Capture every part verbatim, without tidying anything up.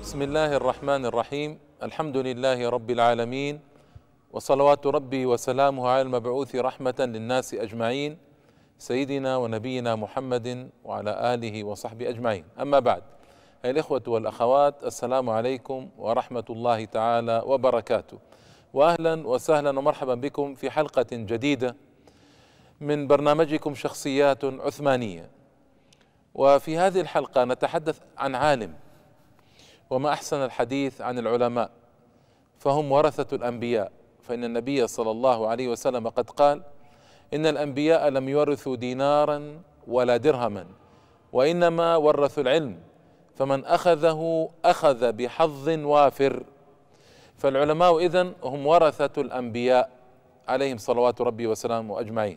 بسم الله الرحمن الرحيم. الحمد لله رب العالمين، وصلوات ربي وسلامه على المبعوث رحمة للناس أجمعين، سيدنا ونبينا محمد وعلى آله وصحبه أجمعين. أما بعد، أيها الإخوة والأخوات، السلام عليكم ورحمة الله تعالى وبركاته، وأهلا وسهلا ومرحبا بكم في حلقة جديدة من برنامجكم شخصيات عثمانية. وفي هذه الحلقة نتحدث عن عالم، وما أحسن الحديث عن العلماء، فهم ورثة الأنبياء، فإن النبي صلى الله عليه وسلم قد قال: إن الأنبياء لم يورثوا دينارا ولا درهما، وإنما ورثوا العلم، فمن أخذه أخذ بحظ وافر. فالعلماء إذن هم ورثة الأنبياء عليهم صلوات ربي وسلامه أجمعين.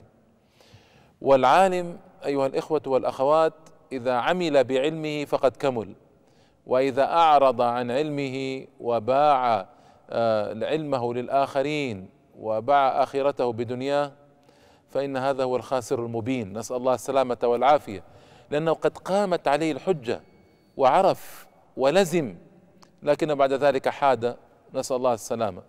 والعالم أيها الإخوة والأخوات إذا عمل بعلمه فقد كمل، وإذا أعرض عن علمه وباع علمه للآخرين وباع آخرته بدنياه فإن هذا هو الخاسر المبين، نسأل الله السلامة والعافية، لأنه قد قامت عليه الحجة وعرف ولزم، لكن بعد ذلك حاد، نسأل الله السلامة.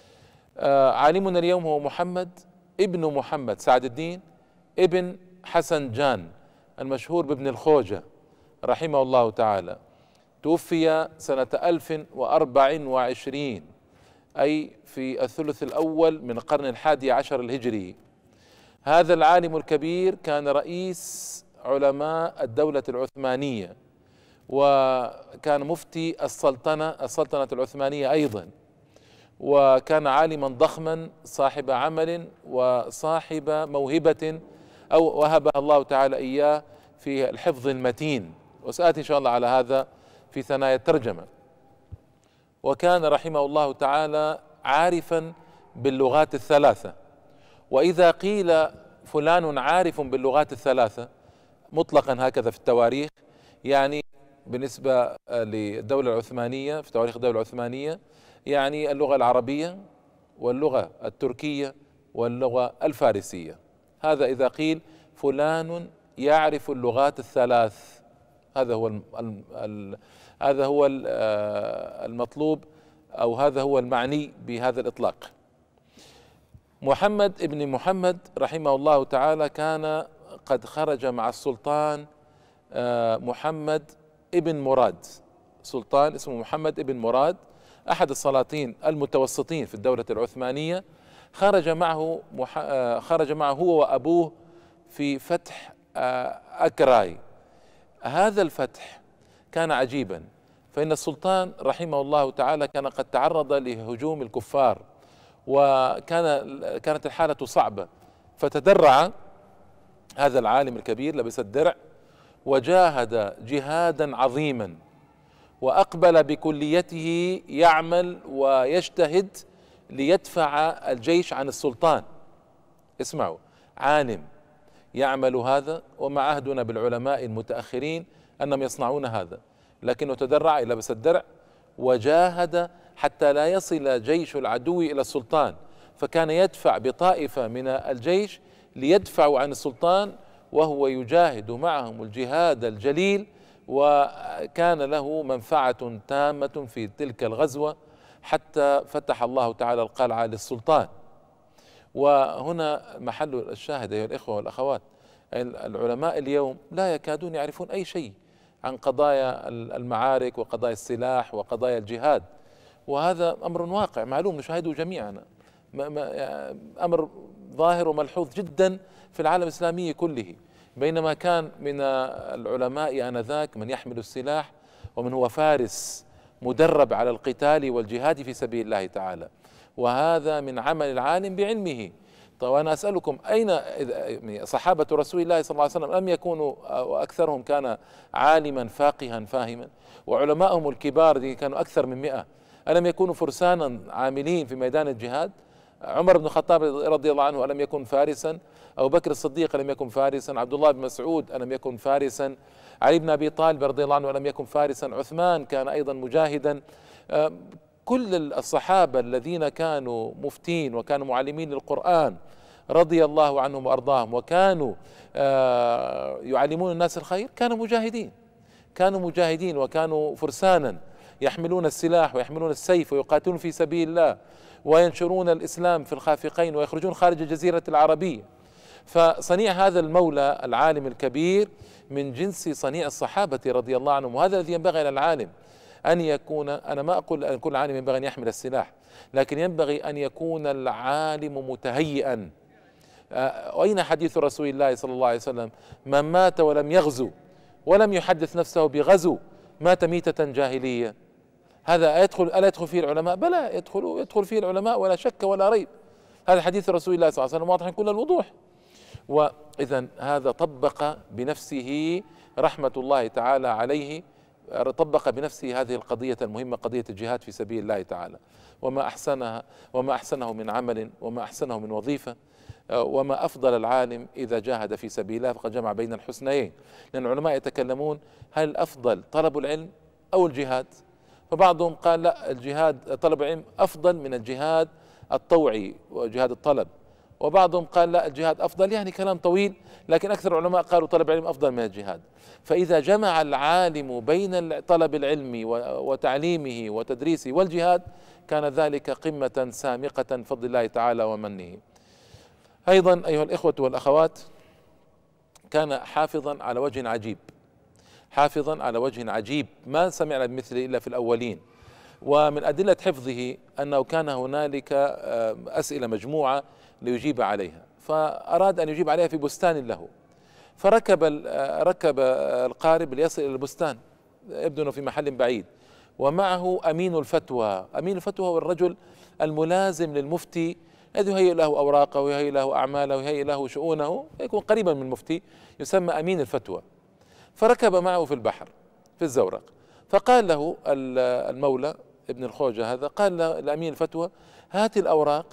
عالمنا اليوم هو محمد ابن محمد سعد الدين ابن حسن جان، المشهور بابن الخوجة، رحمه الله تعالى. توفي سنة ألف وأربع وعشرين، أي في الثلث الأول من القرن الحادي عشر الهجري. هذا العالم الكبير كان رئيس علماء الدولة العثمانية، وكان مفتي السلطنة السلطنة العثمانية أيضا، وكان عالما ضخما صاحب عمل وصاحب موهبة أو وهبها الله تعالى إياه في الحفظ المتين، وسآتي إن شاء الله على هذا في ثنايا الترجمة. وكان رحمه الله تعالى عارفا باللغات الثلاثة، وإذا قيل فلان عارف باللغات الثلاثة مطلقا هكذا في التواريخ، يعني بالنسبة للدولة العثمانية في تواريخ الدولة العثمانية يعني اللغة العربية واللغة التركية واللغة الفارسية. هذا إذا قيل فلان يعرف اللغات الثلاث، هذا هو ال ال هذا هو المطلوب، أو هذا هو المعني بهذا الإطلاق. محمد ابن محمد رحمه الله تعالى كان قد خرج مع السلطان محمد ابن مراد، سلطان اسمه محمد ابن مراد، أحد السلاطين المتوسطين في الدولة العثمانية. خرج معه خرج معه هو وأبوه في فتح أكراي. هذا الفتح كان عجيبا، فإن السلطان رحمه الله تعالى كان قد تعرض لهجوم الكفار، وكان كانت الحالة صعبة، فتدرع هذا العالم الكبير، لبس الدرع وجاهد جهادا عظيما، وأقبل بكليته يعمل ويجتهد ليدفع الجيش عن السلطان. اسمعوا، عالم يعمل هذا، ومع عهدنا بالعلماء المتأخرين أنهم يصنعون هذا، لكنه تدرع إلى لبس الدرع وجاهد حتى لا يصل جيش العدو إلى السلطان، فكان يدفع بطائفة من الجيش ليدفعوا عن السلطان، وهو يجاهد معهم الجهاد الجليل، وكان له منفعة تامة في تلك الغزوة حتى فتح الله تعالى القلعة للسلطان. وهنا محل الشاهد أيها الإخوة والأخوات، العلماء اليوم لا يكادون يعرفون أي شيء عن قضايا المعارك وقضايا السلاح وقضايا الجهاد، وهذا أمر واقع معلوم نشاهده جميعا، أمر ظاهر وملحوظ جدا في العالم الإسلامي كله. بينما كان من العلماء آنذاك من يحمل السلاح ومن هو فارس مدرب على القتال والجهاد في سبيل الله تعالى، وهذا من عمل العالم بعلمه. طيب، وأنا أسألكم، أين صحابة رسول الله صلى الله عليه وسلم؟ لم يكونوا وأكثرهم كان عالما فاقها فاهما؟ وعلماءهم الكبار دي كانوا أكثر من مئة، ألم يكونوا فرسانا عاملين في ميدان الجهاد؟ عمر بن الخطاب رضي الله عنه ألم يكن فارسا؟ أبو بكر الصديق ألم يكن فارسا؟ عبد الله بن مسعود ألم يكن فارسا؟ علي بن أبي طالب رضي الله عنه ألم يكن فارسا؟ عثمان كان أيضا مجاهدا. كل الصحابة الذين كانوا مفتين وكانوا معلمين للقرآن رضي الله عنهم وأرضاهم، وكانوا يعلمون الناس الخير، كانوا مجاهدين، كانوا مجاهدين وكانوا فرسانا يحملون السلاح ويحملون السيف ويقاتلون في سبيل الله وينشرون الإسلام في الخافقين ويخرجون خارج الجزيرة العربية. فصنيع هذا المولى العالم الكبير من جنس صنيع الصحابة رضي الله عنهم، وهذا الذي ينبغي على العالم أن يكون. أنا ما أقول أن كل عالم ينبغي أن يحمل السلاح، لكن ينبغي أن يكون العالم متهيئا. أين حديث رسول الله صلى الله عليه وسلم: من مات ولم يغزو ولم يحدث نفسه بغزو مات ميتة جاهلية. هذا يدخل ألا يدخل فيه العلماء؟ بلى، يدخل يدخل فيه العلماء ولا شك ولا ريب. هذا حديث رسول الله صلى الله عليه وسلم واضح كل الوضوح. وإذا هذا طبق بنفسه رحمة الله تعالى عليه، طبق بنفسه هذه القضية المهمة، قضية الجهاد في سبيل الله تعالى، وما أحسنها وما أحسنه من عمل وما أحسنه من وظيفة، وما أفضل العالم إذا جاهد في سبيل الله فقد جمع بين الحسنيين. لأن العلماء يتكلمون هل الأفضل طلب العلم أو الجهاد؟ فبعضهم قال لا، الجهاد طلب العلم أفضل من الجهاد الطوعي وجهاد الطلب، وبعضهم قال لا، الجهاد أفضل. يعني كلام طويل، لكن أكثر العلماء قالوا طلب العلم أفضل من الجهاد. فإذا جمع العالم بين طلب العلم وتعليمه وتدريسه والجهاد كان ذلك قمة سامقة بفضل الله تعالى ومنه. أيضا أيها الإخوة والأخوات، كان حافظا على وجه عجيب، حافظا على وجه عجيب ما سمعنا بمثله إلا في الأولين. ومن أدلة حفظه أنه كان هنالك أسئلة مجموعة ليجيب عليها، فأراد أن يجيب عليها في بستان له، فركب ركب القارب ليصل إلى البستان، يبدو أنه في محل بعيد، ومعه أمين الفتوى. أمين الفتوى هو الرجل الملازم للمفتي الذي يهيئ له أوراقه ويهيئ له أعماله ويهيئ له شؤونه، يكون قريبا من المفتي، يسمى أمين الفتوى. فركب معه في البحر في الزورق، فقال له المولى ابن الخوجة هذا، قال له الأمين الفتوى: هات الأوراق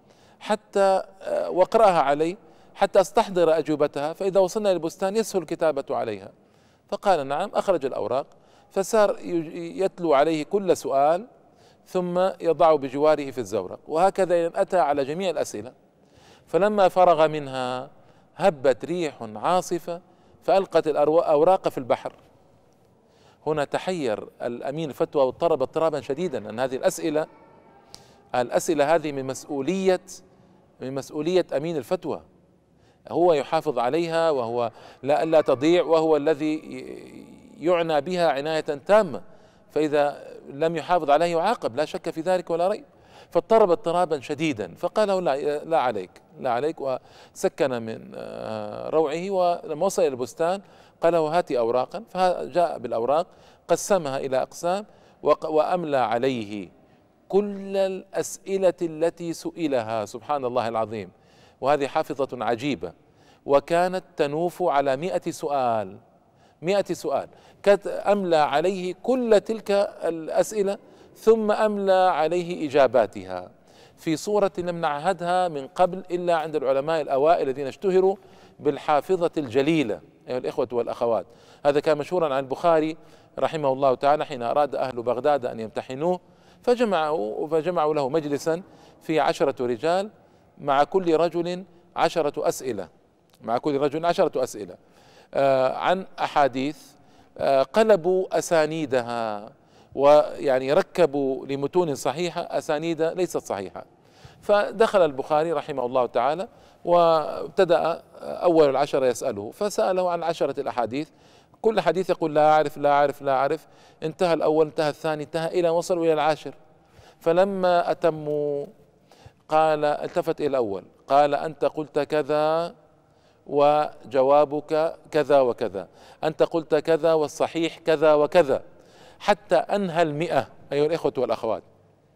حتى واقرأها علي حتى استحضر أجوبتها، فإذا وصلنا للبستان يسهل الكتابة عليها. فقال نعم. أخرج الأوراق فصار يتلو عليه كل سؤال ثم يضعه بجواره في الزورق، وهكذا أتى على جميع الأسئلة. فلما فرغ منها هبت ريح عاصفة فألقت الأوراق في البحر. هنا تحير الأمين الفتوى واضطرب اضطرابا شديدا، أن هذه الأسئلة الأسئلة هذه من مسؤولية من مسؤولية أمين الفتوى، هو يحافظ عليها وهو لا ألا تضيع، وهو الذي يعنى بها عناية تامة، فإذا لم يحافظ عليه يعاقب، لا شك في ذلك ولا ريب. فاضطرب اضطرابا شديدا، فقال له لا, لا عليك لا عليك وسكن من روعه. ولما وصل إلى البستان قال له هات أوراقا، فجاء بالأوراق قسمها إلى أقسام وأملى عليه كل الأسئلة التي سئلها، سبحان الله العظيم. وهذه حافظة عجيبة، وكانت تنوف على مئة سؤال مئة سؤال أملى عليه كل تلك الأسئلة ثم أملى عليه إجاباتها في صورة لم نعهدها من قبل إلا عند العلماء الأوائل الذين اشتهروا بالحافظة الجليلة. أيها الإخوة والأخوات، هذا كان مشهورا عن البخاري رحمه الله تعالى حين أراد أهل بغداد أن يمتحنوه، فجمعوا فجمعوا له مجلسا في عشرة رجال، مع كل رجل عشرة أسئلة مع كل رجل عشرة أسئلة آه عن أحاديث، آه قلبوا أسانيدها، ويعني ركبوا لمتون صحيحة أسانيد ليست صحيحة. فدخل البخاري رحمه الله تعالى وابتدأ أول العشرة يسأله، فسأله عن عشرة الأحاديث، كل حديث يقول لا أعرف لا أعرف لا أعرف. انتهى الأول، انتهى الثاني، انتهى إلى وصلوا إلى العاشر. فلما أتموا قال التفت إلى الأول قال أنت قلت كذا وجوابك كذا وكذا، أنت قلت كذا والصحيح كذا وكذا، حتى أنهى المئة. أيها الإخوة والأخوات،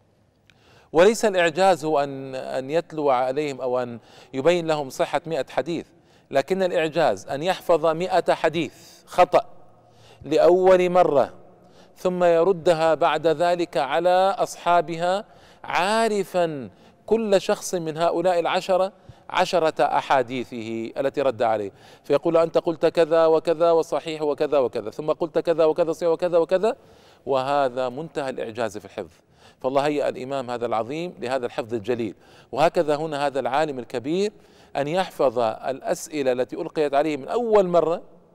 وليس الإعجاز هو أن أن يتلو عليهم أو أن يبين لهم صحة مئة حديث، لكن الإعجاز أن يحفظ مئة حديث خطأ لأول مرة ثم يردها بعد ذلك على أصحابها، عارفا كل شخص من هؤلاء العشرة عشرة أحاديثه التي رد عليه، فيقول أنت قلت كذا وكذا وصحيح وكذا وكذا، ثم قلت كذا وكذا صحيح وكذا وكذا. وهذا منتهى الإعجاز في الحفظ. فالله هيأ الإمام هذا العظيم لهذا الحفظ الجليل. وهكذا هنا هذا العالم الكبير أن يحفظ الأسئلة التي ألقيت عليه من أول مرة،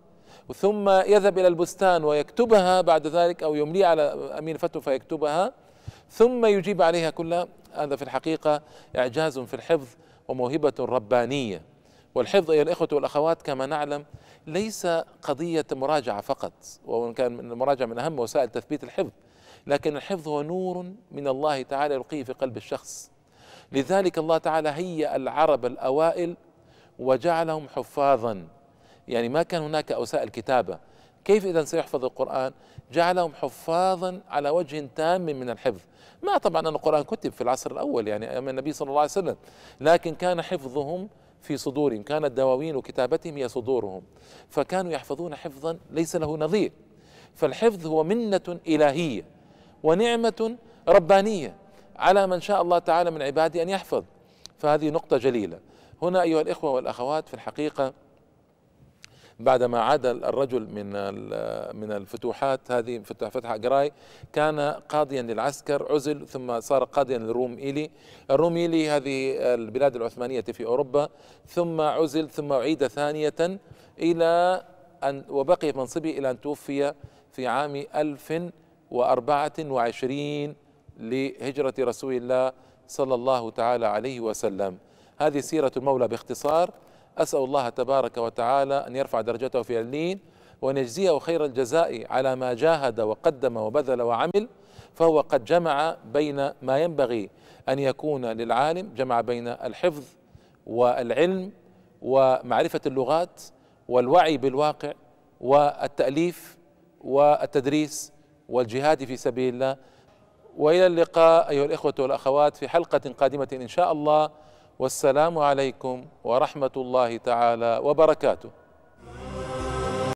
ثم يذهب إلى البستان ويكتبها بعد ذلك، أو يملي على أمين فتوى فيكتبها ثم يجيب عليها كلها. هذا في الحقيقة إعجاز في الحفظ وموهبة ربانية. والحفظ أيها الإخوة والأخوات كما نعلم ليس قضية مراجعة فقط، وإن كان المراجعة من أهم وسائل تثبيت الحفظ، لكن الحفظ هو نور من الله تعالى يلقيه في قلب الشخص. لذلك الله تعالى هيأ العرب الأوائل وجعلهم حفاظا، يعني ما كان هناك وسائل كتابة، كيف إذا سيحفظ القرآن؟ جعلهم حفاظا على وجه تام من الحفظ. ما طبعا أن القرآن كتب في العصر الأول يعني أيام النبي صلى الله عليه وسلم، لكن كان حفظهم في صدورهم، كانت دواوين كتابتهم هي صدورهم، فكانوا يحفظون حفظا ليس له نظير. فالحفظ هو منة إلهية ونعمة ربانية على من شاء الله تعالى من عباده أن يحفظ. فهذه نقطة جليلة. هنا أيها الإخوة والأخوات في الحقيقة بعدما عاد الرجل من من الفتوحات هذه، فتح فتح قراي، كان قاضيا للعسكر، عزل ثم صار قاضيا للروم إيلي. الروم إيلي هذه البلاد العثمانية في أوروبا، ثم عزل ثم أعيد ثانية إلى أن وبقي في منصبه إلى أن توفي في عام ألف وأربعة وعشرين لهجرة رسول الله صلى الله تعالى عليه وسلم. هذه سيرة المولى باختصار. أسأل الله تبارك وتعالى أن يرفع درجته في عليين وأن يجزيه خير الجزاء على ما جاهد وقدم وبذل وعمل، فهو قد جمع بين ما ينبغي أن يكون للعالم، جمع بين الحفظ والعلم ومعرفة اللغات والوعي بالواقع والتأليف والتدريس والجهاد في سبيل الله. وإلى اللقاء أيها الإخوة والأخوات في حلقة قادمة إن شاء الله، والسلام عليكم ورحمة الله تعالى وبركاته.